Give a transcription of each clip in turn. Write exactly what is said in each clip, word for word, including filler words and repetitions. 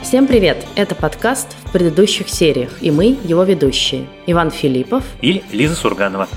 Всем привет! Это подкаст в предыдущих сериях, и мы его ведущие Иван Филиппов и Лиза Сурганова.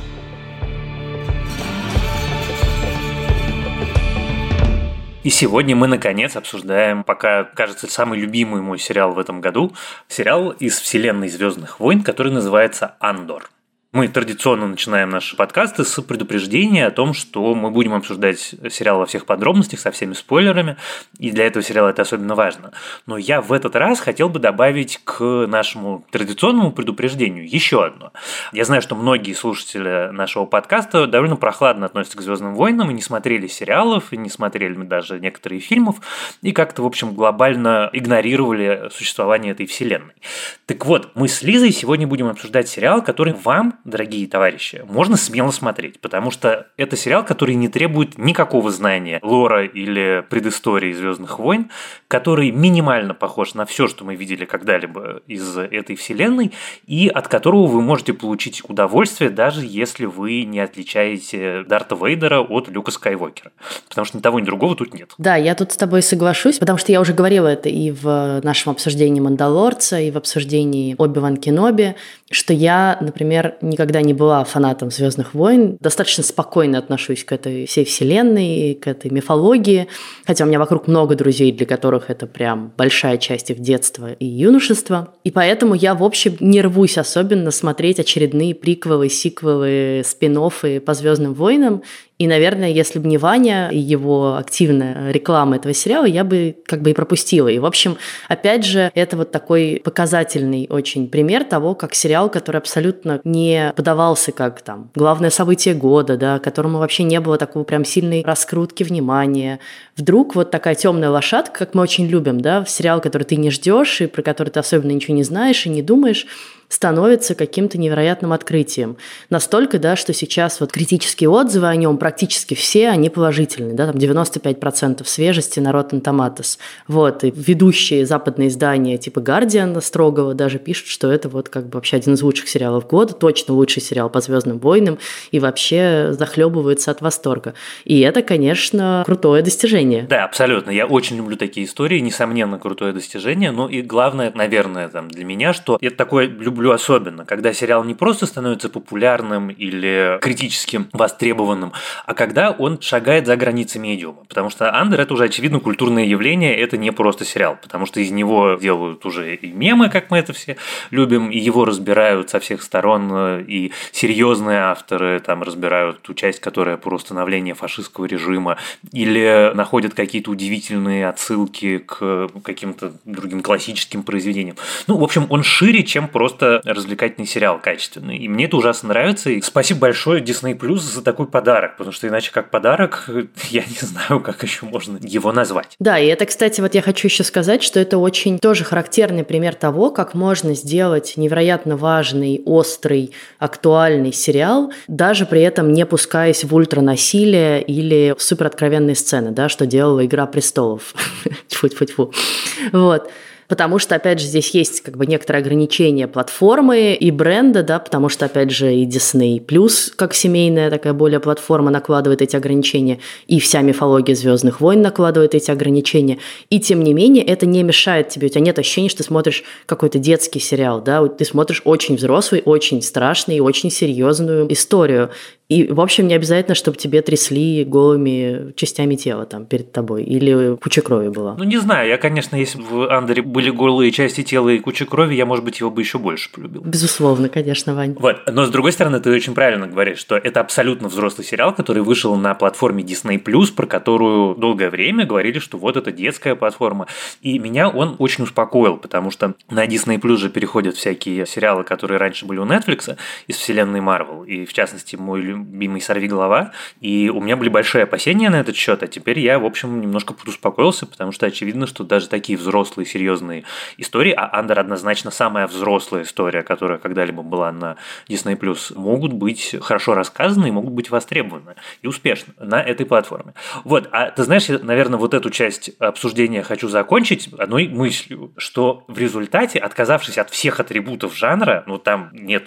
И сегодня мы, наконец, обсуждаем, пока, кажется, самый любимый мой сериал в этом году, сериал из вселенной «Звездных войн», который называется «Андор». Мы традиционно начинаем наши подкасты с предупреждения о том, что мы будем обсуждать сериал во всех подробностях, со всеми спойлерами, и для этого сериала это особенно важно. Но я в этот раз хотел бы добавить к нашему традиционному предупреждению еще одно. Я знаю, что многие слушатели нашего подкаста довольно прохладно относятся к «Звездным войнам» и не смотрели сериалов, и не смотрели даже некоторые фильмов, и как-то, в общем, глобально игнорировали существование этой вселенной. Так вот, мы с Лизой сегодня будем обсуждать сериал, который вам, дорогие товарищи, можно смело смотреть, потому что это сериал, который не требует никакого знания лора или предыстории «Звездных войн», который минимально похож на все, что мы видели когда-либо из этой вселенной, и от которого вы можете получить удовольствие, даже если вы не отличаете Дарта Вейдера от Люка Скайуокера. Потому что ни того, ни другого тут нет. Да, я тут с тобой соглашусь, потому что я уже говорила это и в нашем обсуждении «Мандалорца», и в обсуждении «Оби-Ван Кеноби», что я, например, никогда не была фанатом «Звездных войн», достаточно спокойно отношусь к этой всей вселенной, к этой мифологии, хотя у меня вокруг много друзей, для которых это прям большая часть их детства и юношества, и поэтому я, в общем, не рвусь особенно смотреть очередные приквелы, сиквелы, спин-оффы по «Звездным войнам». И, наверное, если бы не Ваня и его активная реклама этого сериала, я бы как бы и пропустила. И, в общем, опять же, это вот такой показательный очень пример того, как сериал, который абсолютно не подавался как там главное событие года, да, которому вообще не было такого прям сильной раскрутки внимания. Вдруг вот такая темная лошадка, как мы очень любим, да, в сериал, который ты не ждешь и про который ты особенно ничего не знаешь и не думаешь, становится каким-то невероятным открытием. Настолько, да, что сейчас вот критические отзывы о нем практически все, они положительные, да, там девяносто пять процентов свежести на Rotten Tomatoes. Вот, и ведущие западные издания типа Guardian строгого даже пишут, что это вот как бы вообще один из лучших сериалов года, точно лучший сериал по «Звездным войнам», и вообще захлебываются от восторга. И это, конечно, крутое достижение. Да, абсолютно. Я очень люблю такие истории, несомненно, крутое достижение, но и главное, наверное, там, для меня, что это такое люблю особенно, когда сериал не просто становится популярным или критически востребованным, а когда он шагает за границы медиума. Потому что «Андор» — это уже, очевидно, культурное явление, это не просто сериал, потому что из него делают уже и мемы, как мы это все любим, и его разбирают со всех сторон, и серьезные авторы там разбирают ту часть, которая про становление фашистского режима, или находят какие-то удивительные отсылки к каким-то другим классическим произведениям. Ну, в общем, он шире, чем просто развлекательный сериал качественный. И мне это ужасно нравится. И спасибо большое Disney Plus за такой подарок, потому что иначе как подарок, я не знаю, как еще можно его назвать. Да, и это, кстати, вот я хочу еще сказать, что это очень тоже характерный пример того, как можно сделать невероятно важный, острый, актуальный сериал, даже при этом не пускаясь в ультранасилие или в супероткровенные сцены, да, что делала «Игра престолов». Тьфу-тьфу-тьфу. Вот. Потому что, опять же, здесь есть как бы некоторые ограничения платформы и бренда, да, потому что, опять же, и Disney+, как семейная такая более платформа, накладывает эти ограничения, и вся мифология «Звездных войн» накладывает эти ограничения. И, тем не менее, это не мешает тебе. У тебя нет ощущения, что ты смотришь какой-то детский сериал, да, ты смотришь очень взрослый, очень страшный и очень серьезную историю. И, в общем, не обязательно, чтобы тебе трясли голыми частями тела там перед тобой, или куча крови была. Ну, не знаю, я, конечно, если в «Андоре» были голые части тела и куча крови, я, может быть, его бы еще больше полюбил. Безусловно, конечно, Вань. Вот, но, с другой стороны, ты очень правильно говоришь, что это абсолютно взрослый сериал, который вышел на платформе Disney+, про которую долгое время говорили, что вот это детская платформа. И меня он очень успокоил, потому что на Disney+ же переходят всякие сериалы, которые раньше были у Netflix из вселенной Marvel, и, в частности, мой любимый «Сорвиголова», и у меня были большие опасения на этот счет, а теперь я, в общем, немножко подуспокоился, потому что очевидно, что даже такие взрослые, серьезные истории, а «Андор» однозначно самая взрослая история, которая когда-либо была на Disney+, могут быть хорошо рассказаны и могут быть востребованы и успешны на этой платформе. Вот, а ты знаешь, я, наверное, вот эту часть обсуждения хочу закончить одной мыслью, что в результате, отказавшись от всех атрибутов жанра, ну там нету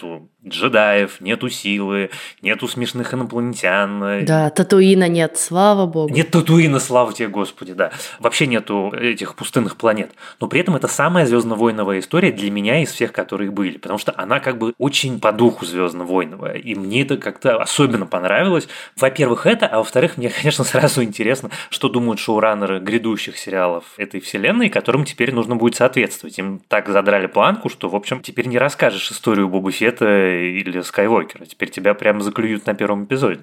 джедаев, нету силы, нету смешных инопланетян. Да, Татуина нет, слава богу. Нет Татуина, слава тебе, Господи, да. Вообще нету этих пустынных планет. Но при этом это самая звездно-войновая история для меня из всех, которые были. Потому что она как бы очень по духу звездно-войновая. И мне это как-то особенно понравилось. Во-первых, это, а во-вторых, мне, конечно, сразу интересно, что думают шоураннеры грядущих сериалов этой вселенной, которым теперь нужно будет соответствовать. Им так задрали планку, что, в общем, теперь не расскажешь историю Боба Фетта или Скайуокера. Теперь тебя прямо заклюют на первом эпизоде.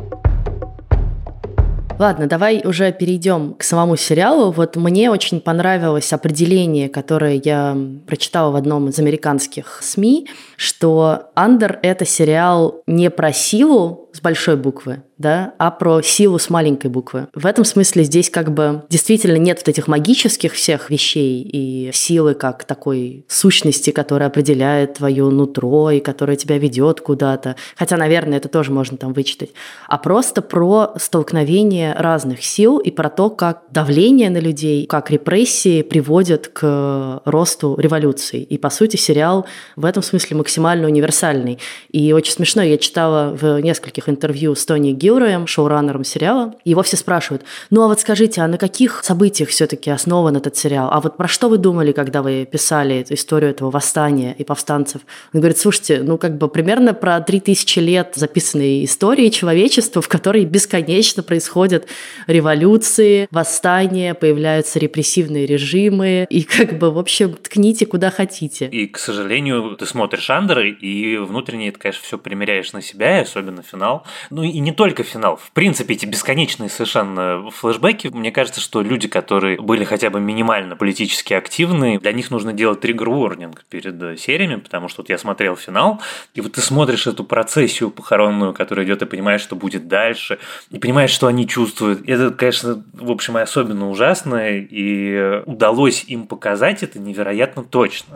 Ладно, давай уже перейдем к самому сериалу. Вот мне очень понравилось определение, которое я прочитала в одном из американских СМИ, что «Андер» — это сериал не про силу с большой буквы, да, а про силу с маленькой буквы. В этом смысле здесь как бы действительно нет вот этих магических всех вещей и силы как такой сущности, которая определяет твое нутро и которая тебя ведет куда-то. Хотя, наверное, это тоже можно там вычитать. А просто про столкновение разных сил и про то, как давление на людей, как репрессии приводят к росту революции. И, по сути, сериал в этом смысле максимально универсальный. И очень смешно, я читала в нескольких интервью с Тони Гилроем, шоураннером сериала. Его все спрашивают: ну а вот скажите, а на каких событиях все-таки основан этот сериал? А вот про что вы думали, когда вы писали эту историю этого восстания и повстанцев? Он говорит: слушайте, ну как бы примерно про три тысячи лет записанной истории человечества, в которой бесконечно происходят революции, восстания, появляются репрессивные режимы, и как бы, в общем, ткните куда хотите. И, к сожалению, ты смотришь «Андер», и внутренне это, конечно, все примеряешь на себя, и особенно финал. Ну и не только финал. В принципе, эти бесконечные совершенно флешбеки, мне кажется, что люди, которые были хотя бы минимально политически активны, для них нужно делать триггер-ворнинг перед сериями, потому что вот я смотрел финал, и вот ты смотришь эту процессию похоронную, которая идет, и понимаешь, что будет дальше, и понимаешь, что они чувствуют. Это, конечно, в общем, особенно ужасно, и удалось им показать это невероятно точно.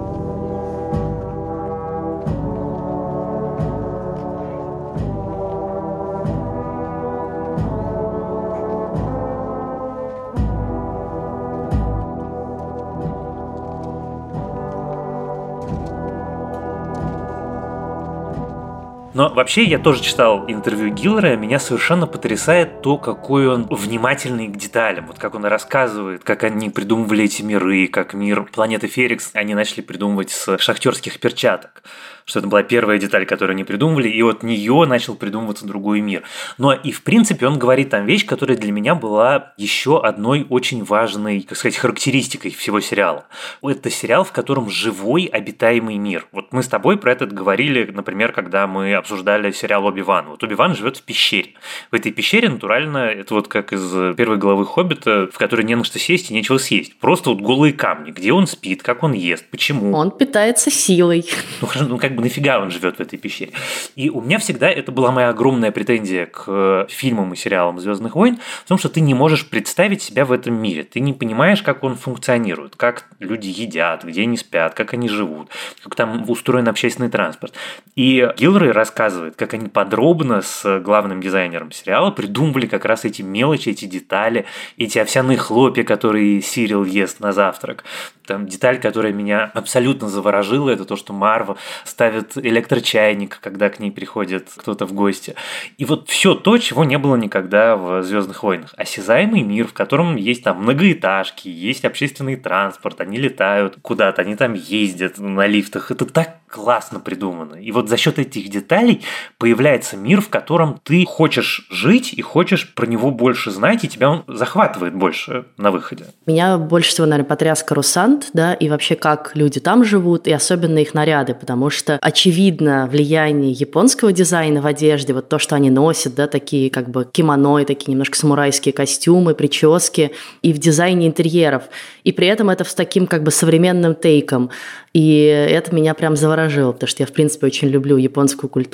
Но вообще я тоже читал интервью Гилроя, меня совершенно потрясает то, какой он внимательный к деталям, вот как он рассказывает, как они придумывали эти миры, как мир планеты Ферикс они начали придумывать с шахтерских перчаток, что это была первая деталь, которую они придумывали, и от нее начал придумываться другой мир. Но и в принципе он говорит там вещь, которая для меня была еще одной очень важной, как сказать, характеристикой всего сериала. Это сериал, в котором живой обитаемый мир. Вот мы с тобой про это говорили, например, когда мы обсуждали сериал «Оби-Ван». Вот Оби-Ван живет в пещере. В этой пещере натурально, это вот как из первой главы «Хоббита», в которой не на что сесть и нечего съесть. Просто вот голые камни, где он спит, как он ест, почему. Он питается силой. Ну, ну как бы нафига он живет в этой пещере. И у меня всегда это была моя огромная претензия к фильмам и сериалам «Звездных войн», в том, что ты не можешь представить себя в этом мире. Ты не понимаешь, как он функционирует, как люди едят, где они спят, как они живут, как там устроен общественный транспорт. И Гилрой рассказывает, как они подробно с главным дизайнером сериала придумывали как раз эти мелочи, эти детали, эти овсяные хлопья, которые Сирил ест на завтрак. Там деталь, которая меня абсолютно заворожила, это то, что Марва ставит электрочайник, когда к ней приходит кто-то в гости. И вот все то, чего не было никогда в «Звездных войнах». Осязаемый мир, в котором есть там многоэтажки, есть общественный транспорт, они летают куда-то, они там ездят на лифтах. Это так классно придумано. И вот за счет этих деталей появляется мир, в котором ты хочешь жить и хочешь про него больше знать, и тебя он захватывает больше на выходе. Меня больше всего, наверное, потряс Корусант, да, и вообще как люди там живут, и особенно их наряды, потому что очевидно влияние японского дизайна в одежде, вот то, что они носят, да, такие как бы кимоно, такие немножко самурайские костюмы, прически, и в дизайне интерьеров. И при этом это с таким как бы современным тейком. И это меня прям заворожило, потому что я, в принципе, очень люблю японскую культуру,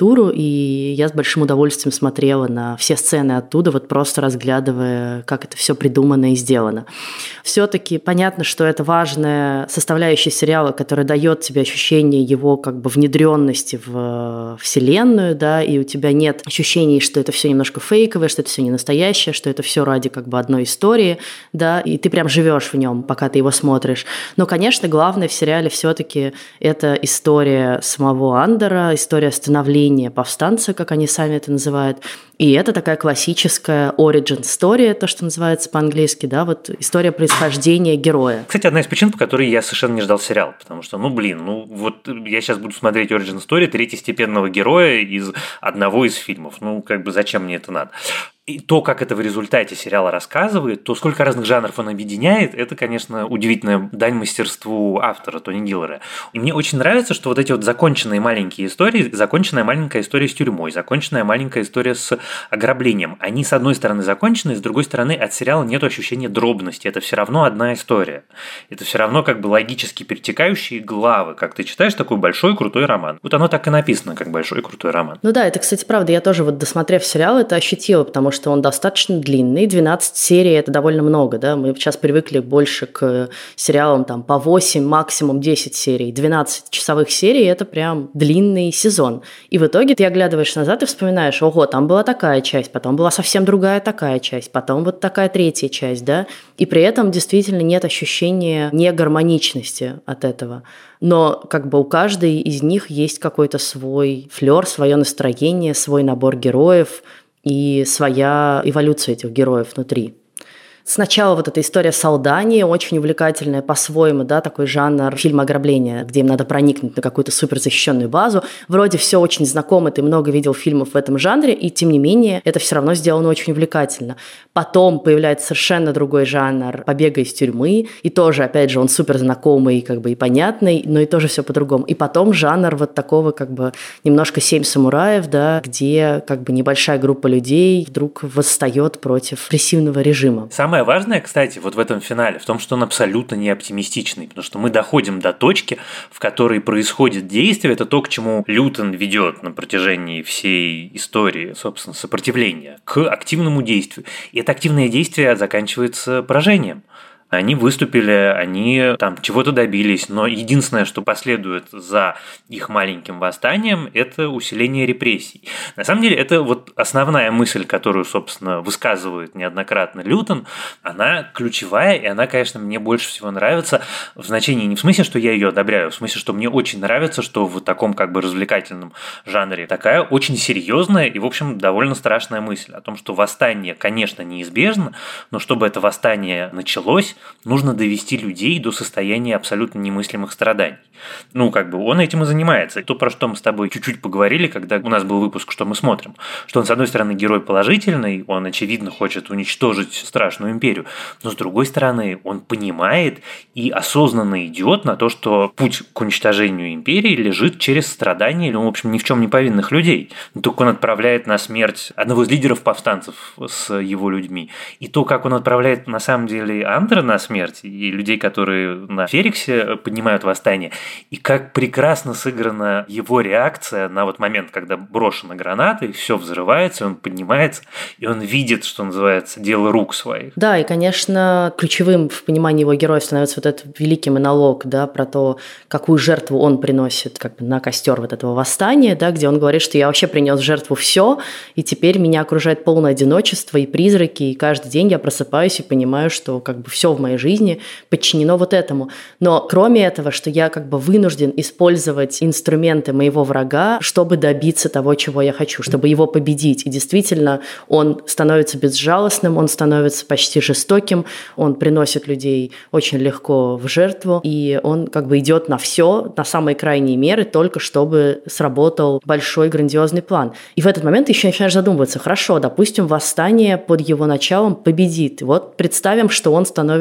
культуру, и я с большим удовольствием смотрела на все сцены оттуда, вот просто разглядывая, как это все придумано и сделано. Все-таки понятно, что это важная составляющая сериала, которая дает тебе ощущение его как бы внедренности в вселенную, да, и у тебя нет ощущений, что это все немножко фейковое, что это все не настоящее, что это все ради как бы одной истории, да, и ты прям живешь в нем, пока ты его смотришь. Но, конечно, главное в сериале все-таки это история самого Андора, история становления повстанца, как они сами это называют. И это такая классическая origin story, то, что называется по-английски, да, вот история происхождения героя. Кстати, одна из причин, по которой я совершенно не ждал сериал, потому что, ну, блин, ну, вот я сейчас буду смотреть origin story третьестепенного героя из одного из фильмов. Ну, как бы зачем мне это надо? И то, как это в результате сериала рассказывает, то, сколько разных жанров он объединяет, это, конечно, удивительная дань мастерству автора Тони Гиллера. И мне очень нравится, что вот эти вот законченные маленькие истории, законченная маленькая история с тюрьмой, законченная маленькая история с ограблением, они, с одной стороны, закончены, с другой стороны, от сериала нет ощущения дробности. Это все равно одна история. Это все равно как бы логически перетекающие главы, как ты читаешь такой большой крутой роман. Вот оно так и написано, как большой крутой роман. Ну да, это, кстати, правда. Я тоже вот, досмотрев сериал, это ощутила, потому что он достаточно длинный, двенадцать серий – это довольно много, да, мы сейчас привыкли больше к сериалам там по восемь, максимум десять серий, двенадцать часовых серий – это прям длинный сезон, и в итоге ты оглядываешь назад и вспоминаешь, ого, там была такая часть, потом была совсем другая такая часть, потом вот такая третья часть, да, и при этом действительно нет ощущения негармоничности от этого. Но как бы у каждой из них есть какой-то свой флёр, свое настроение, свой набор героев и своя эволюция этих героев внутри. Сначала вот эта история с Алданией, очень увлекательная по-своему, да, такой жанр фильма ограбления, где им надо проникнуть на какую-то суперзащищенную базу. Вроде все очень знакомо, ты много видел фильмов в этом жанре, и тем не менее это все равно сделано очень увлекательно. Потом появляется совершенно другой жанр побега из тюрьмы, и тоже, опять же, он супер знакомый как бы и понятный, но и тоже все по-другому. И потом жанр вот такого как бы немножко «Семь самураев», да, где как бы небольшая группа людей вдруг восстает против репрессивного режима. Самое важное, кстати, вот в этом финале, в том, что он абсолютно не оптимистичный, потому что мы доходим до точки, в которой происходит действие, это то, к чему Лютон ведет на протяжении всей истории, собственно, сопротивления, к активному действию. И это активное действие заканчивается поражением. Они выступили, они там чего-то добились, но единственное, что последует за их маленьким восстанием, это усиление репрессий. На самом деле, это вот основная мысль, которую, собственно, высказывает неоднократно Лютон, она ключевая, и она, конечно, мне больше всего нравится в значении не в смысле, что я ее одобряю, в смысле, что мне очень нравится, что в таком как бы развлекательном жанре такая очень серьезная и, в общем, довольно страшная мысль о том, что восстание, конечно, неизбежно, но чтобы это восстание началось, нужно довести людей до состояния абсолютно немыслимых страданий. Ну, как бы он этим и занимается. То, про что мы с тобой чуть-чуть поговорили, когда у нас был выпуск «Что мы смотрим», что он, с одной стороны, герой положительный, он, очевидно, хочет уничтожить страшную империю, но, с другой стороны, он понимает и осознанно идет на то, что путь к уничтожению империи лежит через страдания, или, в общем, ни в чем не повинных людей. Только он отправляет на смерть одного из лидеров повстанцев с его людьми. И то, как он отправляет, на самом деле, Андора на смерть, и людей, которые на Фериксе поднимают восстание, и как прекрасно сыграна его реакция на вот момент, когда брошена граната, и все взрывается, и он поднимается, и он видит, что называется, дело рук своих. Да, и, конечно, ключевым в понимании его героя становится вот этот великий монолог, да, про то, какую жертву он приносит как бы на костер вот этого восстания, да, где он говорит, что я вообще принес в жертву все, и теперь меня окружает полное одиночество и призраки, и каждый день я просыпаюсь и понимаю, что как бы все в моей жизни подчинено вот этому. Но кроме этого, что я как бы вынужден использовать инструменты моего врага, чтобы добиться того, чего я хочу, чтобы его победить. И действительно, он становится безжалостным, он становится почти жестоким, он приносит людей очень легко в жертву, и он как бы идет на все, на самые крайние меры, только чтобы сработал большой грандиозный план. И в этот момент ты еще начинаешь задумываться, хорошо, допустим, восстание под его началом победит. Вот представим, что он становится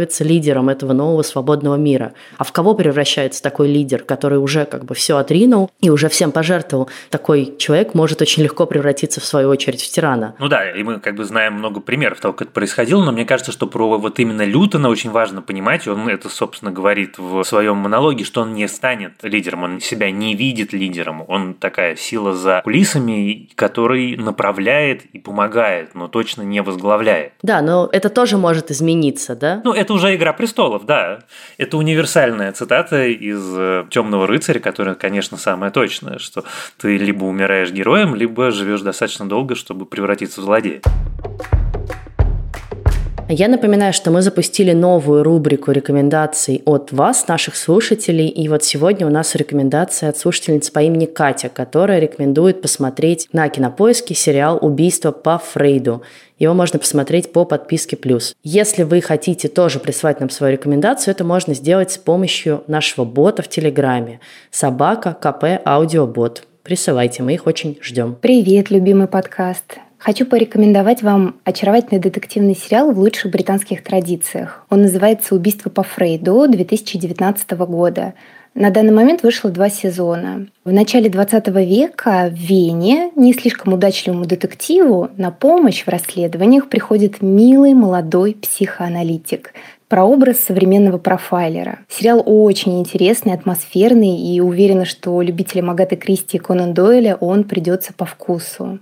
становится лидером этого нового свободного мира. А в кого превращается такой лидер, который уже как бы все отринул и уже всем пожертвовал? Такой человек может очень легко превратиться, в свою очередь, в тирана. Ну да, и мы как бы знаем много примеров того, как это происходило, но мне кажется, что про вот именно Лютона очень важно понимать, и он это, собственно, говорит в своем монологе, что он не станет лидером, он себя не видит лидером, он такая сила за кулисами, который направляет и помогает, но точно не возглавляет. Да, но это тоже может измениться, да? Ну, это уже «Игра престолов», да. Это универсальная цитата из «Темного рыцаря», которая, конечно, самая точная, что ты либо умираешь героем, либо живешь достаточно долго, чтобы превратиться в злодея. Я напоминаю, что мы запустили новую рубрику рекомендаций от вас, наших слушателей, и вот сегодня у нас рекомендация от слушательницы по имени Катя, которая рекомендует посмотреть на Кинопоиске сериал «Убийство по Фрейду». Его можно посмотреть по подписке «Плюс». Если вы хотите тоже прислать нам свою рекомендацию, это можно сделать с помощью нашего бота в Телеграме собака КП Аудиобот. Присылайте, мы их очень ждем. Привет, любимый подкаст! Хочу порекомендовать вам очаровательный детективный сериал в лучших британских традициях. Он называется «Убийство по Фрейду» две тысячи девятнадцатого года. На данный момент вышло два сезона. В начале двадцатого века в Вене не слишком удачливому детективу на помощь в расследованиях приходит милый молодой психоаналитик. Прообраз современного профайлера. Сериал очень интересный, атмосферный, и уверена, что любителям Агаты Кристи и Конан Дойля он придется по вкусу.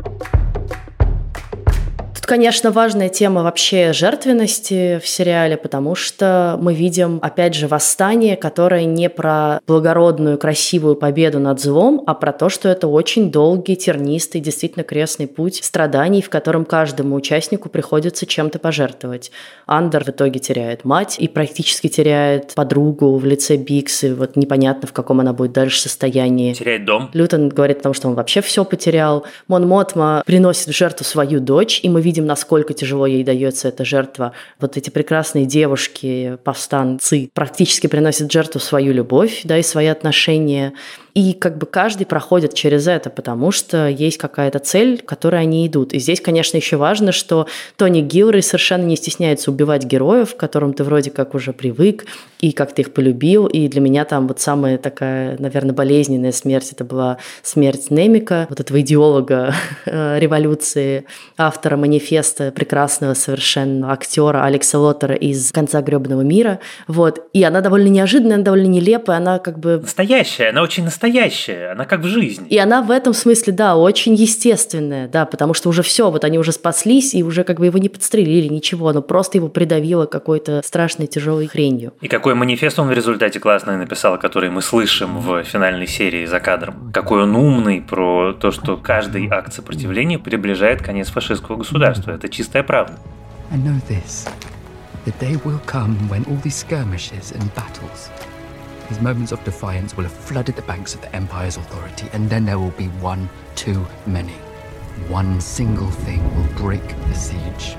Тут, конечно, важная тема вообще жертвенности в сериале, потому что мы видим, опять же, восстание, которое не про благородную, красивую победу над злом, а про то, что это очень долгий, тернистый, действительно крестный путь страданий, в котором каждому участнику приходится чем-то пожертвовать. Андер в итоге теряет мать и практически теряет подругу в лице Бикс, и вот непонятно, в каком она будет дальше состоянии. Теряет дом. Лютон говорит о том, что он вообще все потерял. Мон Мотма приносит в жертву свою дочь, и мы видим, насколько тяжело ей дается эта жертва. Вот эти прекрасные девушки, повстанцы, практически приносят в жертву свою любовь, да, и свои отношения. И как бы каждый проходит через это, потому что есть какая-то цель, к которой они идут. И здесь, конечно, еще важно, что Тони Гилрой совершенно не стесняется убивать героев, к которым ты вроде как уже привык, и как ты их полюбил. И для меня там вот самая такая, наверное, болезненная смерть – это была смерть Немика, вот этого идеолога революции, автора манифеста, прекрасного совершенно актера Алекса Лоттера из «Конца гребаного мира». Вот. И она довольно неожиданная, она довольно нелепая, она как бы… Настоящая, она очень настоящая. Настоящая, она как в жизни. И она в этом смысле, да, очень естественная, да, потому что уже все, вот они уже спаслись, и уже как бы его не подстрелили, ничего, но просто его придавило какой-то страшной тяжелой хренью. И какой манифест он в результате классный написал, который мы слышим в финальной серии за кадром. Какой он умный про то, что каждый акт сопротивления приближает конец фашистского государства. Это чистая правда. I know this. The day will come when all these skirmishes and battles, these moments of defiance will have flooded the banks of the Empire's authority, and then there will be one too many. One single thing will break the siege.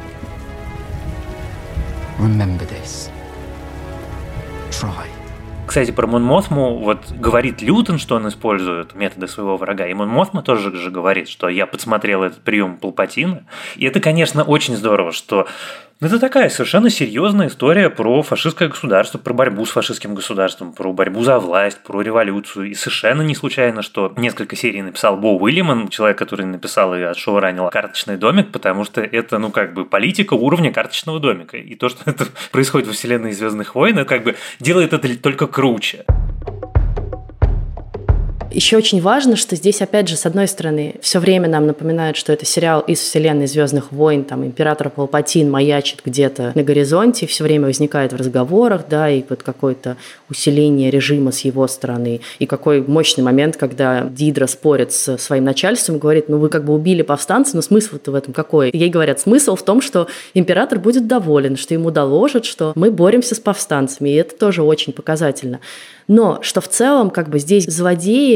Remember this. Try. Кстати, про Мон Мотму вот говорит Лютон, что он использует методы своего врага, и Мон Мотма тоже же говорит, что я подсмотрел этот прием Палпатина, и это, конечно, очень здорово, что это такая совершенно серьезная история про фашистское государство, про борьбу с фашистским государством, про борьбу за власть, про революцию. И совершенно не случайно, что несколько серий написал Бо Уильяман, человек, который написал и отшоуранил «Карточный домик», потому что это, ну, как бы политика уровня «Карточного домика». И то, что это происходит во вселенной «Звездных войн», это как бы делает это только круче. Еще очень важно, что здесь, опять же, с одной стороны, все время нам напоминают, что это сериал из вселенной «Звездных войн», там император Палпатин маячит где-то на горизонте, все время возникает в разговорах, да, и вот какое-то усиление режима с его стороны. И какой мощный момент, когда Дидра спорит с своим начальством, говорит, ну вы как бы убили повстанцев, но смысл-то в этом какой? И ей говорят, смысл в том, что император будет доволен, что ему доложат, что мы боремся с повстанцами, и это тоже очень показательно. Но что в целом как бы здесь злодеи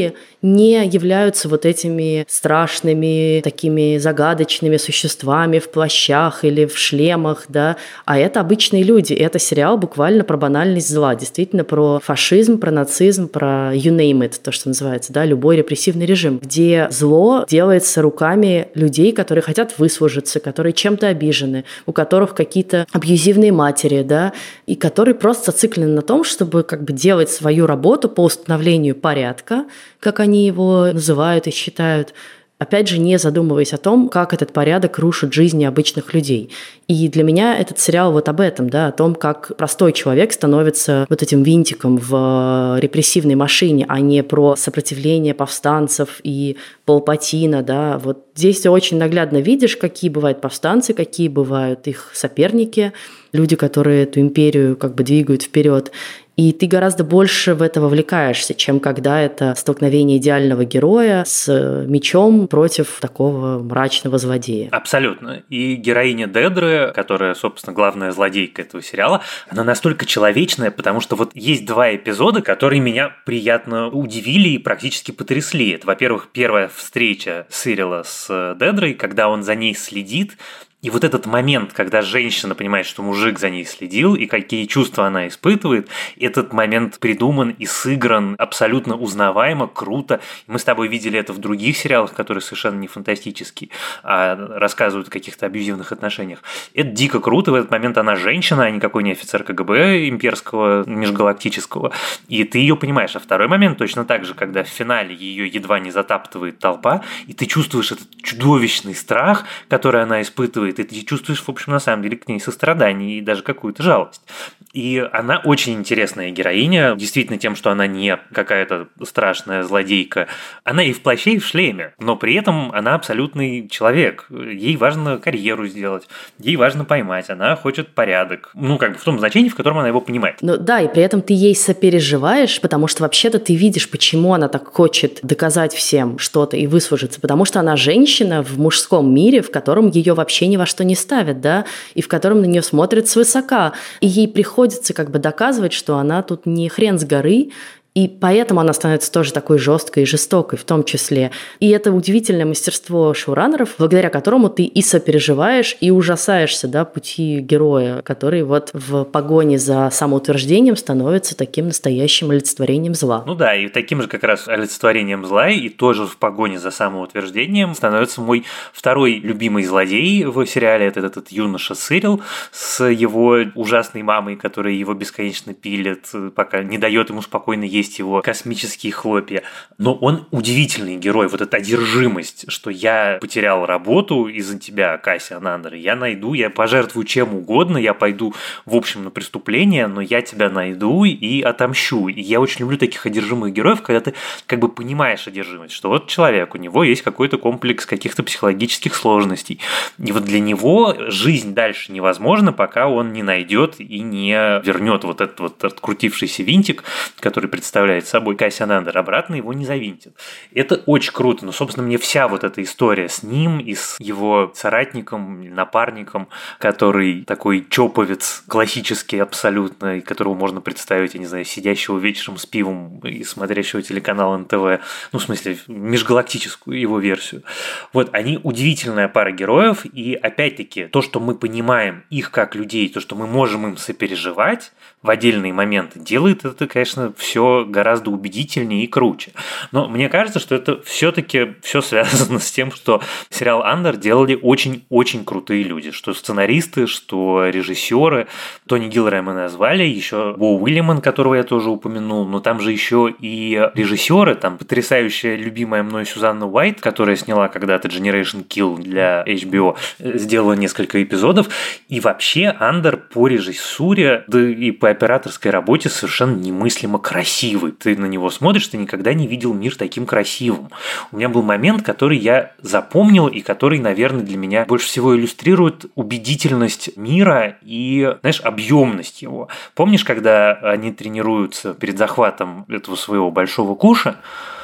люди не являются вот этими страшными, такими загадочными существами в плащах или в шлемах, да, а это обычные люди. И это сериал буквально про банальность зла, действительно про фашизм, про нацизм, про you name it, то, что называется, да, любой репрессивный режим, где зло делается руками людей, которые хотят выслужиться, которые чем-то обижены, у которых какие-то абьюзивные матери, да, и которые просто зациклены на том, чтобы как бы делать свою работу по установлению порядка, как они его называют и считают, опять же, не задумываясь о том, как этот порядок рушит жизни обычных людей. И для меня этот сериал вот об этом, да, о том, как простой человек становится вот этим винтиком в репрессивной машине, а не про сопротивление повстанцев и Палпатина, да. Вот здесь ты очень наглядно видишь, какие бывают повстанцы, какие бывают их соперники, люди, которые эту империю как бы двигают вперед. И ты гораздо больше в это вовлекаешься, чем когда это столкновение идеального героя с мечом против такого мрачного злодея. Абсолютно. И героиня Дедры, которая, собственно, главная злодейка этого сериала, она настолько человечная, потому что вот есть два эпизода, которые меня приятно удивили и практически потрясли. Это, во-первых, первая встреча Сирила с Дедрой, когда он за ней следит. И вот этот момент, когда женщина понимает, что мужик за ней следил, и какие чувства она испытывает, этот момент придуман и сыгран абсолютно узнаваемо, круто. Мы с тобой видели это в других сериалах, которые совершенно не фантастические, а рассказывают о каких-то абьюзивных отношениях. Это дико круто. В этот момент она женщина, а никакой не офицер КГБ имперского, межгалактического. И ты ее понимаешь. А второй момент точно так же, когда в финале ее едва не затаптывает толпа, и ты чувствуешь этот чудовищный страх, который она испытывает, и ты чувствуешь, в общем, на самом деле к ней сострадание и даже какую-то жалость. И она очень интересная героиня, действительно тем, что она не какая-то страшная злодейка. Она и в плаще, и в шлеме, но при этом она абсолютный человек. Ей важно карьеру сделать, ей важно поймать, она хочет порядок. Ну, как бы в том значении, в котором она его понимает. Ну да, и при этом ты ей сопереживаешь, потому что вообще-то ты видишь, почему она так хочет доказать всем что-то и выслужиться, потому что она женщина в мужском мире, в котором ее вообще ни во что не ставят, да, и в котором на нее смотрят свысока. И ей приходится как бы доказывать, что она тут не хрен с горы, и поэтому она становится тоже такой жесткой и жестокой в том числе. И это удивительное мастерство шоураннеров, благодаря которому ты и сопереживаешь, и ужасаешься, да, пути героя, который вот в погоне за самоутверждением становится таким настоящим олицетворением зла. Ну да, и таким же как раз олицетворением зла, и тоже в погоне за самоутверждением становится мой второй любимый злодей в сериале. Это этот юноша Сирил с его ужасной мамой, которая его бесконечно пилит, пока не дает ему спокойно есть его космические хлопья. Но он удивительный герой. Вот эта одержимость, что я потерял работу из-за тебя, Кассиан Андер, я найду, я пожертвую чем угодно, я пойду, в общем, на преступление, но я тебя найду и отомщу. И я очень люблю таких одержимых героев, когда ты как бы понимаешь одержимость, что вот человек, у него есть какой-то комплекс каких-то психологических сложностей. И вот для него жизнь дальше невозможна, пока он не найдет и не вернет вот этот вот открутившийся винтик, который представляет собой Кассиан Андер, обратно его не завинтит. Это очень круто. Но, собственно, мне вся вот эта история с ним и с его соратником, напарником, который такой чоповец классический абсолютно, и которого можно представить, я не знаю, сидящего вечером с пивом и смотрящего телеканал эн тэ вэ, ну, в смысле, межгалактическую его версию. Вот, они удивительная пара героев, и, опять-таки, то, что мы понимаем их как людей, то, что мы можем им сопереживать в отдельные моменты, делает это, конечно, все гораздо убедительнее и круче. Но мне кажется, что это все-таки все связано с тем, что сериал «Андер» делали очень-очень крутые люди. Что сценаристы, что режиссеры. Тони Гиллера мы назвали, еще Бо Уильяман, которого я тоже упомянул, но там же еще и режиссеры, там потрясающая любимая мной Сюзанна Уайт, которая сняла когда-то Generation Kill для эйч би о, сделала несколько эпизодов. И вообще «Андер» по режиссуре, да и по операторской работе совершенно немыслимо красивый. Ты на него смотришь, ты никогда не видел мир таким красивым. У меня был момент, который я запомнил и который, наверное, для меня больше всего иллюстрирует убедительность мира и, знаешь, объемность его. Помнишь, когда они тренируются перед захватом этого своего большого куша,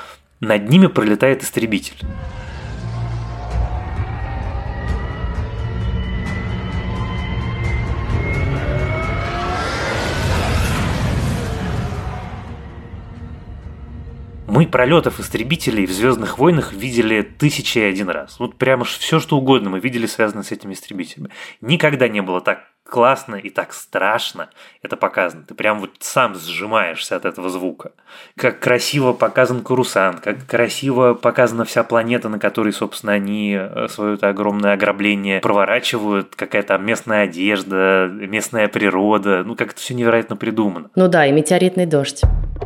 над ними пролетает истребитель. Мы пролетов истребителей в «Звездных войнах» видели тысячи и один раз. Вот прямо все, что угодно мы видели, связанное с этими истребителями. Никогда не было так классно и так страшно это показано. Ты прям вот сам сжимаешься от этого звука. Как красиво показан Корусант, как красиво показана вся планета, на которой, собственно, они свое это огромное ограбление проворачивают. Какая-то местная одежда, местная природа. Ну, как это все невероятно придумано. Ну да, и метеоритный дождь.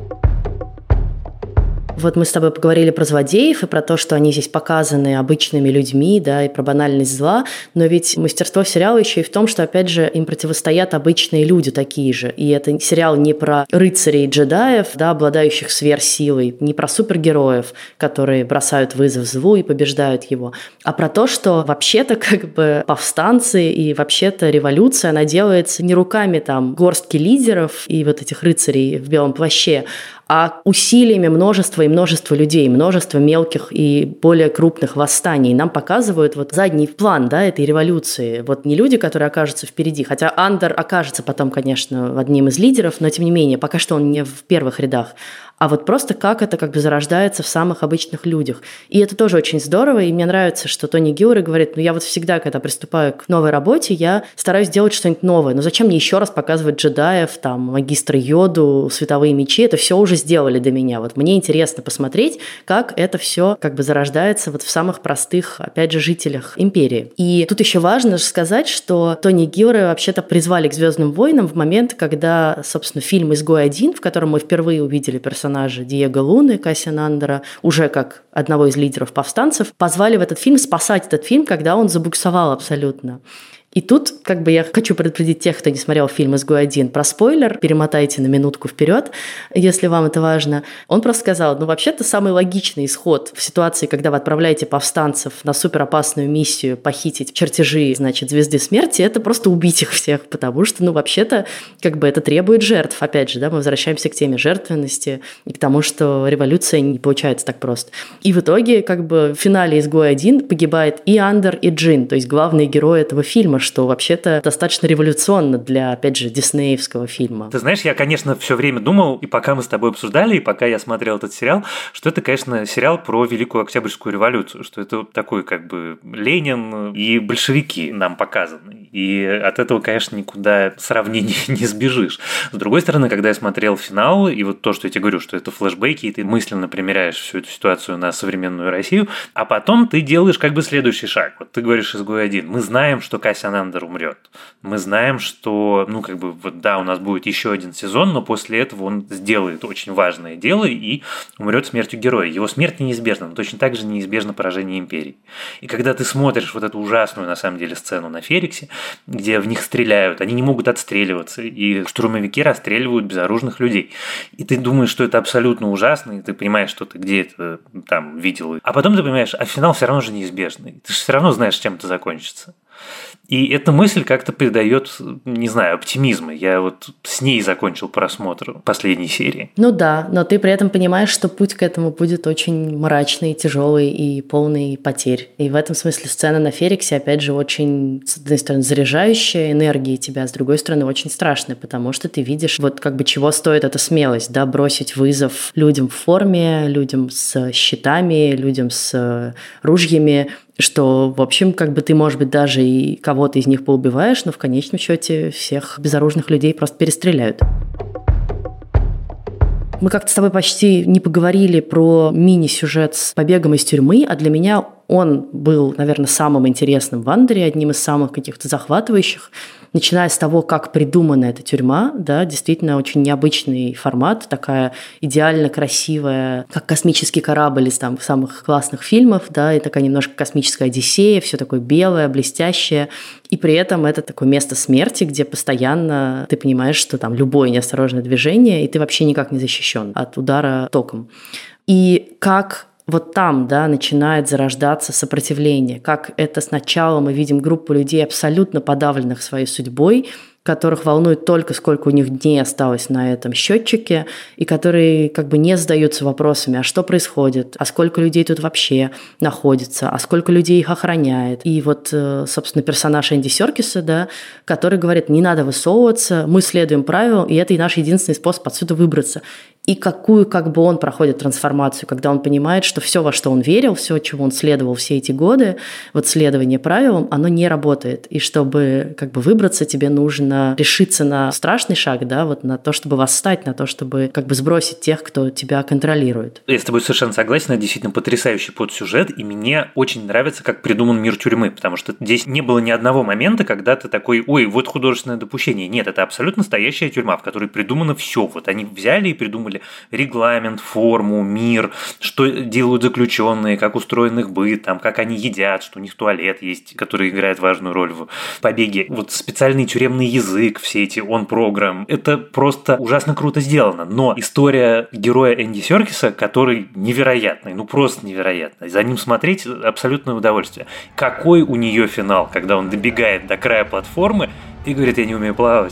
Вот мы с тобой поговорили про злодеев и про то, что они здесь показаны обычными людьми, да, и про банальность зла, но ведь мастерство сериала еще и в том, что, опять же, им противостоят обычные люди такие же. И это сериал не про рыцарей и джедаев, да, обладающих сверхсилой, не про супергероев, которые бросают вызов злу и побеждают его, а про то, что вообще-то как бы повстанцы и вообще-то революция, она делается не руками там горстки лидеров и вот этих рыцарей в белом плаще, а усилиями множества и множества людей, множество мелких и более крупных восстаний. Нам показывают вот задний план, да, этой революции. Вот не люди, которые окажутся впереди, хотя Андор окажется потом, конечно, одним из лидеров, но тем не менее, пока что он не в первых рядах, а вот просто как это как бы зарождается в самых обычных людях. И это тоже очень здорово, и мне нравится, что Тони Гилроy говорит, ну я вот всегда, когда приступаю к новой работе, я стараюсь делать что-нибудь новое. Но зачем мне еще раз показывать джедаев, там, магистра Йоду, световые мечи, это все уже сделали до меня. Вот мне интересно посмотреть, как это все как бы зарождается вот в самых простых, опять же, жителях империи. И тут еще важно сказать, что Тони Гилроя вообще-то призвали к «Звездным войнам» в момент, когда, собственно, фильм «Изгой один», в котором мы впервые увидели персонажа Диего Луны, Кассиана Андора, уже как одного из лидеров повстанцев, позвали в этот фильм спасать этот фильм, когда он забуксовал абсолютно. И тут как бы я хочу предупредить тех, кто не смотрел фильм «Изгой один», про спойлер, перемотайте на минутку вперед, если вам это важно. Он просто сказал, ну вообще-то самый логичный исход в ситуации, когда вы отправляете повстанцев на суперопасную миссию похитить чертежи, значит, Звезды Смерти, это просто убить их всех, потому что, ну вообще-то, как бы это требует жертв. Опять же, да, мы возвращаемся к теме жертвенности и к тому, что революция не получается так просто. И в итоге, как бы в финале «Изгой один» погибает и Андор, и Джин, то есть главные герои этого фильма, что вообще-то достаточно революционно для, опять же, диснеевского фильма. Ты знаешь, я, конечно, все время думал, и пока мы с тобой обсуждали, и пока я смотрел этот сериал, что это, конечно, сериал про Великую Октябрьскую революцию, что это такой как бы Ленин и большевики нам показаны. И от этого, конечно, никуда сравнений не сбежишь. С другой стороны, когда я смотрел финал, и вот то, что я тебе говорю, что это флешбеки, и ты мысленно примеряешь всю эту ситуацию на современную Россию, а потом ты делаешь как бы следующий шаг. Вот ты говоришь «Изгой один». Мы знаем, что Кассиан Андор умрет. Мы знаем, что, ну, как бы, вот, да, у нас будет еще один сезон, но после этого он сделает очень важное дело и умрет смертью героя. Его смерть неизбежна, но точно так же неизбежно поражение империи. И когда ты смотришь вот эту ужасную, на самом деле, сцену на Ферриксе, где в них стреляют, они не могут отстреливаться, и штурмовики расстреливают безоружных людей. И ты думаешь, что это абсолютно ужасно, и ты понимаешь, что ты где это там видел. А потом ты понимаешь, а финал все равно же неизбежный. Ты же все равно знаешь, чем это закончится. И эта мысль как-то придает, не знаю, оптимизма. Я вот с ней закончил просмотр последней серии. Ну да, но ты при этом понимаешь, что путь к этому будет очень мрачный, тяжелый и полный потерь. И в этом смысле сцена на Ферриксе, опять же, очень, с одной стороны, заряжающая энергией тебя, с другой стороны, очень страшная, потому что ты видишь, вот как бы чего стоит эта смелость, да, бросить вызов людям в форме, людям с щитами, людям с ружьями, что, в общем, как бы ты, может быть, даже и кого-то из них поубиваешь, но в конечном счете всех безоружных людей просто перестреляют. Мы как-то с тобой почти не поговорили про мини-сюжет с побегом из тюрьмы, а для меня он был, наверное, самым интересным в Андоре, одним из самых каких-то захватывающих, начиная с того, как придумана эта тюрьма, да, действительно очень необычный формат, такая идеально красивая, как космический корабль из там самых классных фильмов, да, и такая немножко космическая Одиссея, все такое белое, блестящее, и при этом это такое место смерти, где постоянно ты понимаешь, что там любое неосторожное движение, и ты вообще никак не защищен от удара током. И как вот там, да, начинает зарождаться сопротивление, как это сначала мы видим группу людей, абсолютно подавленных своей судьбой, которых волнует только, сколько у них дней осталось на этом счетчике, и которые как бы не задаются вопросами, а что происходит, а сколько людей тут вообще находится, а сколько людей их охраняет. И вот, собственно, персонаж Энди Серкиса, да, который говорит, не надо высовываться, мы следуем правилам, и это и наш единственный способ отсюда выбраться. и какую как бы он проходит трансформацию, когда он понимает, что все, во что он верил, все, чего он следовал все эти годы, вот следование правилам, оно не работает. И чтобы как бы выбраться, тебе нужно решиться на страшный шаг, да, вот на то, чтобы восстать, на то, чтобы как бы сбросить тех, кто тебя контролирует. Я с тобой совершенно согласен, это действительно потрясающий подсюжет, и мне очень нравится, как придуман мир тюрьмы, потому что здесь не было ни одного момента, когда ты такой, ой, вот художественное допущение. Нет, это абсолютно настоящая тюрьма, в которой придумано все. Вот они взяли и придумали регламент, форму, мир, что делают заключенные, как устроен их быт, там, как они едят, что у них туалет есть, который играет важную роль в побеге. Вот специальный тюремный язык, все эти он-программ. Это просто ужасно круто сделано. Но история героя Энди Серкиса, который невероятный, ну просто невероятный. За ним смотреть абсолютное удовольствие. Какой у нее финал, когда он добегает до края платформы и говорит, я не умею плавать.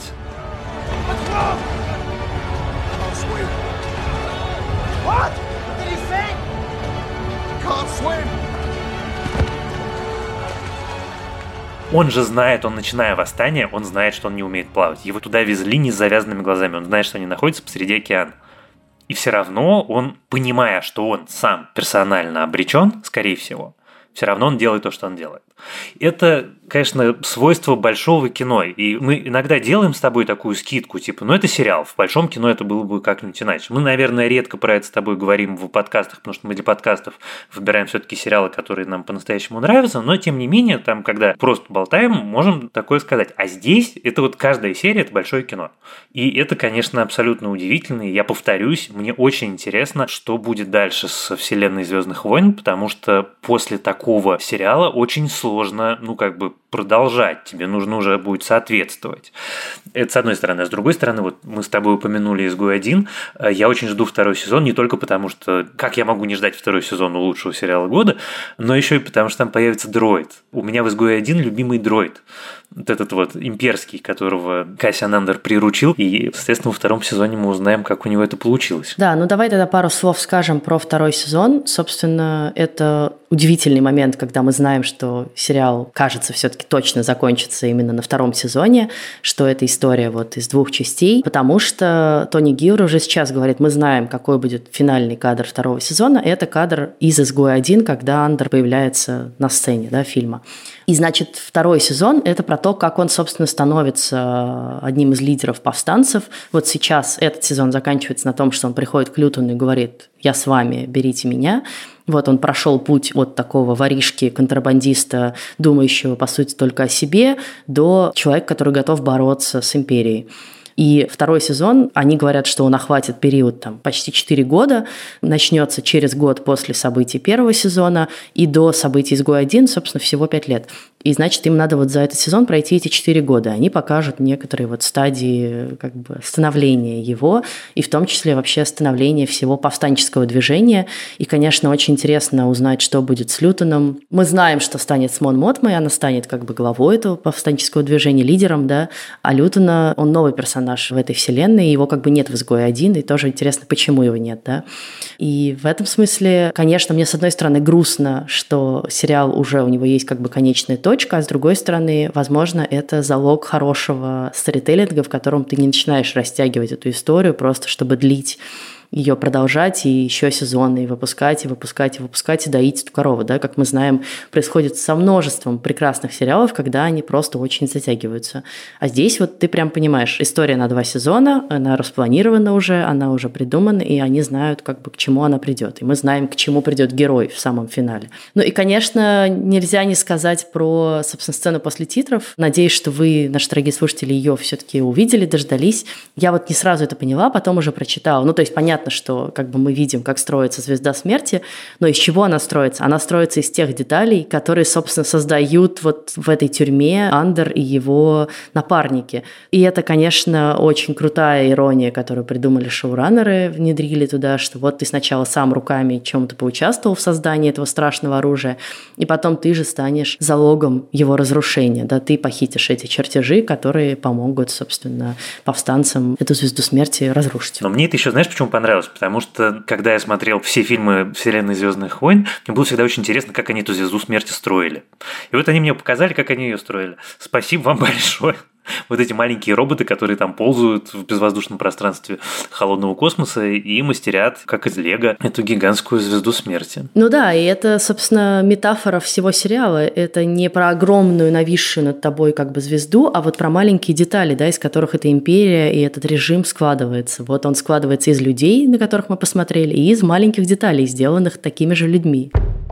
Он же знает, он, начиная восстание, он знает, что он не умеет плавать. Его туда везли не с завязанными глазами. Он знает, что они находятся посреди океана. И все равно он, понимая, что он сам персонально обречен, скорее всего, все равно он делает то, что он делает. Это, конечно, свойство большого кино. И мы иногда делаем с тобой такую скидку, типа, ну это сериал, в большом кино это было бы как-нибудь иначе. Мы, наверное, редко про это с тобой говорим в подкастах, потому что мы для подкастов выбираем все-таки сериалы, которые нам по-настоящему нравятся, но тем не менее, там, когда просто болтаем, можем такое сказать. А здесь это вот каждая серия – это большое кино. И это, конечно, абсолютно удивительно. И я повторюсь, мне очень интересно, что будет дальше с вселенной «Звездных войн», потому что после такого сериала очень сложно, ну, как бы продолжать, тебе нужно уже будет соответствовать. Это с одной стороны. А с другой стороны, вот мы с тобой упомянули «Изгой один», я очень жду второй сезон, не только потому, что как я могу не ждать второй сезон у лучшего сериала года, но еще и потому, что там появится дроид. У меня в «Изгой один» любимый дроид. Вот этот вот имперский, которого Кассиан Андер приручил, и, соответственно, во втором сезоне мы узнаем, как у него это получилось. Да, ну давай тогда пару слов скажем про второй сезон. Собственно, это удивительный момент, когда мы знаем, что сериал, кажется, все-таки точно закончится именно на втором сезоне, что это история вот из двух частей, потому что Тони Гилр уже сейчас говорит, мы знаем, какой будет финальный кадр второго сезона, это кадр из «Изгоя один», когда Андер появляется на сцене, да, фильма. И, значит, второй сезон – это про то, как он, собственно, становится одним из лидеров повстанцев. Вот сейчас этот сезон заканчивается на том, что он приходит к Лютону и говорит «я с вами, берите меня». Вот он прошел путь от такого воришки, контрабандиста, думающего, по сути, только о себе, до человека, который готов бороться с империей. И второй сезон, они говорят, что он охватит период там, почти четыре года, начнется через год после событий первого сезона, и до событий «Изгой один», собственно, всего пять лет. И, значит, им надо вот за этот сезон пройти эти четыре года. Они покажут некоторые вот стадии как бы становления его, и в том числе вообще становления всего повстанческого движения. И, конечно, очень интересно узнать, что будет с Лютоном. Мы знаем, что станет с Мон Мотмой, она станет как бы главой этого повстанческого движения, лидером, да, а Лютона, он новый персонаж в этой вселенной, его как бы нет в «Изгое один», и тоже интересно, почему его нет, да. И в этом смысле, конечно, мне с одной стороны грустно, что сериал уже, у него есть как бы конечная точка, а с другой стороны, возможно, это залог хорошего сторителлинга, в котором ты не начинаешь растягивать эту историю просто, чтобы длить ее, продолжать и еще сезоны, и выпускать, и выпускать, и выпускать, и доить эту корову, да, как мы знаем, происходит со множеством прекрасных сериалов, когда они просто очень затягиваются. А здесь вот ты прям понимаешь, история на два сезона, она распланирована уже, она уже придумана, и они знают, как бы, к чему она придет. И мы знаем, к чему придет герой в самом финале. Ну и, конечно, нельзя не сказать про, собственно, сцену после титров. Надеюсь, что вы, наши дорогие слушатели, ее все-таки увидели, дождались. Я вот не сразу это поняла, потом уже прочитала. Ну, то есть, понятно, что как бы мы видим, как строится «Звезда смерти», но из чего она строится? Она строится из тех деталей, которые, собственно, создают вот в этой тюрьме Андер и его напарники. И это, конечно, очень крутая ирония, которую придумали шоураннеры, внедрили туда, что вот ты сначала сам руками чем-то поучаствовал в создании этого страшного оружия, и потом ты же станешь залогом его разрушения, да, ты похитишь эти чертежи, которые помогут, собственно, повстанцам эту «Звезду смерти» разрушить. Но мне это еще, знаешь, почему понравилось? Потому что, когда я смотрел все фильмы вселенной «Звездных войн», мне было всегда очень интересно, как они эту «Звезду смерти» строили. И вот они мне показали, как они ее строили. Спасибо вам большое. Вот эти маленькие роботы, которые там ползают в безвоздушном пространстве холодного космоса и мастерят, как из лего, эту гигантскую звезду смерти. Ну да, и это, собственно, метафора всего сериала. Это не про огромную, нависшую над тобой как бы звезду, а вот про маленькие детали, да, из которых эта империя и этот режим складывается. Вот он складывается из людей, на которых мы посмотрели, и из маленьких деталей, сделанных такими же людьми.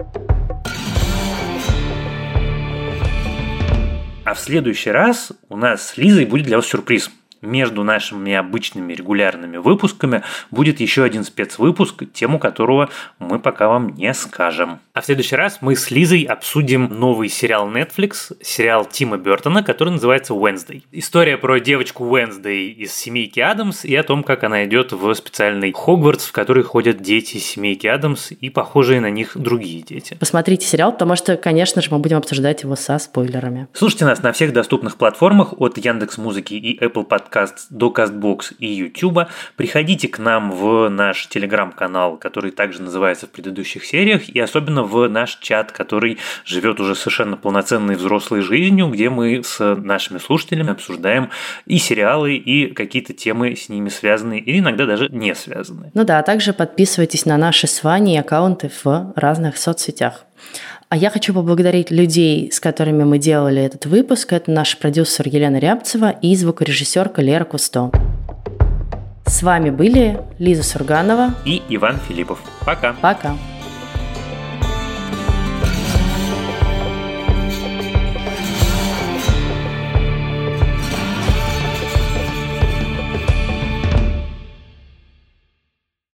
А в следующий раз у нас с Лизой будет для вас сюрприз. Между нашими обычными регулярными выпусками будет еще один спецвыпуск, тему которого мы пока вам не скажем. А в следующий раз мы с Лизой обсудим новый сериал Netflix, сериал Тима Бёртона, который называется «Уэнсдей». История про девочку Уэнсдей из семейки Адамс и о том, как она идет в специальный Хогвартс, в который ходят дети семейки Адамс и похожие на них другие дети. Посмотрите сериал, потому что, конечно же, мы будем обсуждать его со спойлерами. Слушайте нас на всех доступных платформах от Яндекс.Музыки и Apple Podcast до Castbox и YouTube. Приходите к нам в наш телеграм-канал, который также называется в предыдущих сериях, и особенно в наш чат, который живет уже совершенно полноценной взрослой жизнью, где мы с нашими слушателями обсуждаем и сериалы, и какие-то темы с ними связанные, или иногда даже не связанные. Ну да, а также подписывайтесь на наши с Ваней аккаунты в разных соцсетях. А я хочу поблагодарить людей, с которыми мы делали этот выпуск. Это наш продюсер Елена Рябцева и звукорежиссерка Лера Кусто. С вами были Лиза Сурганова и Иван Филиппов. Пока. Пока.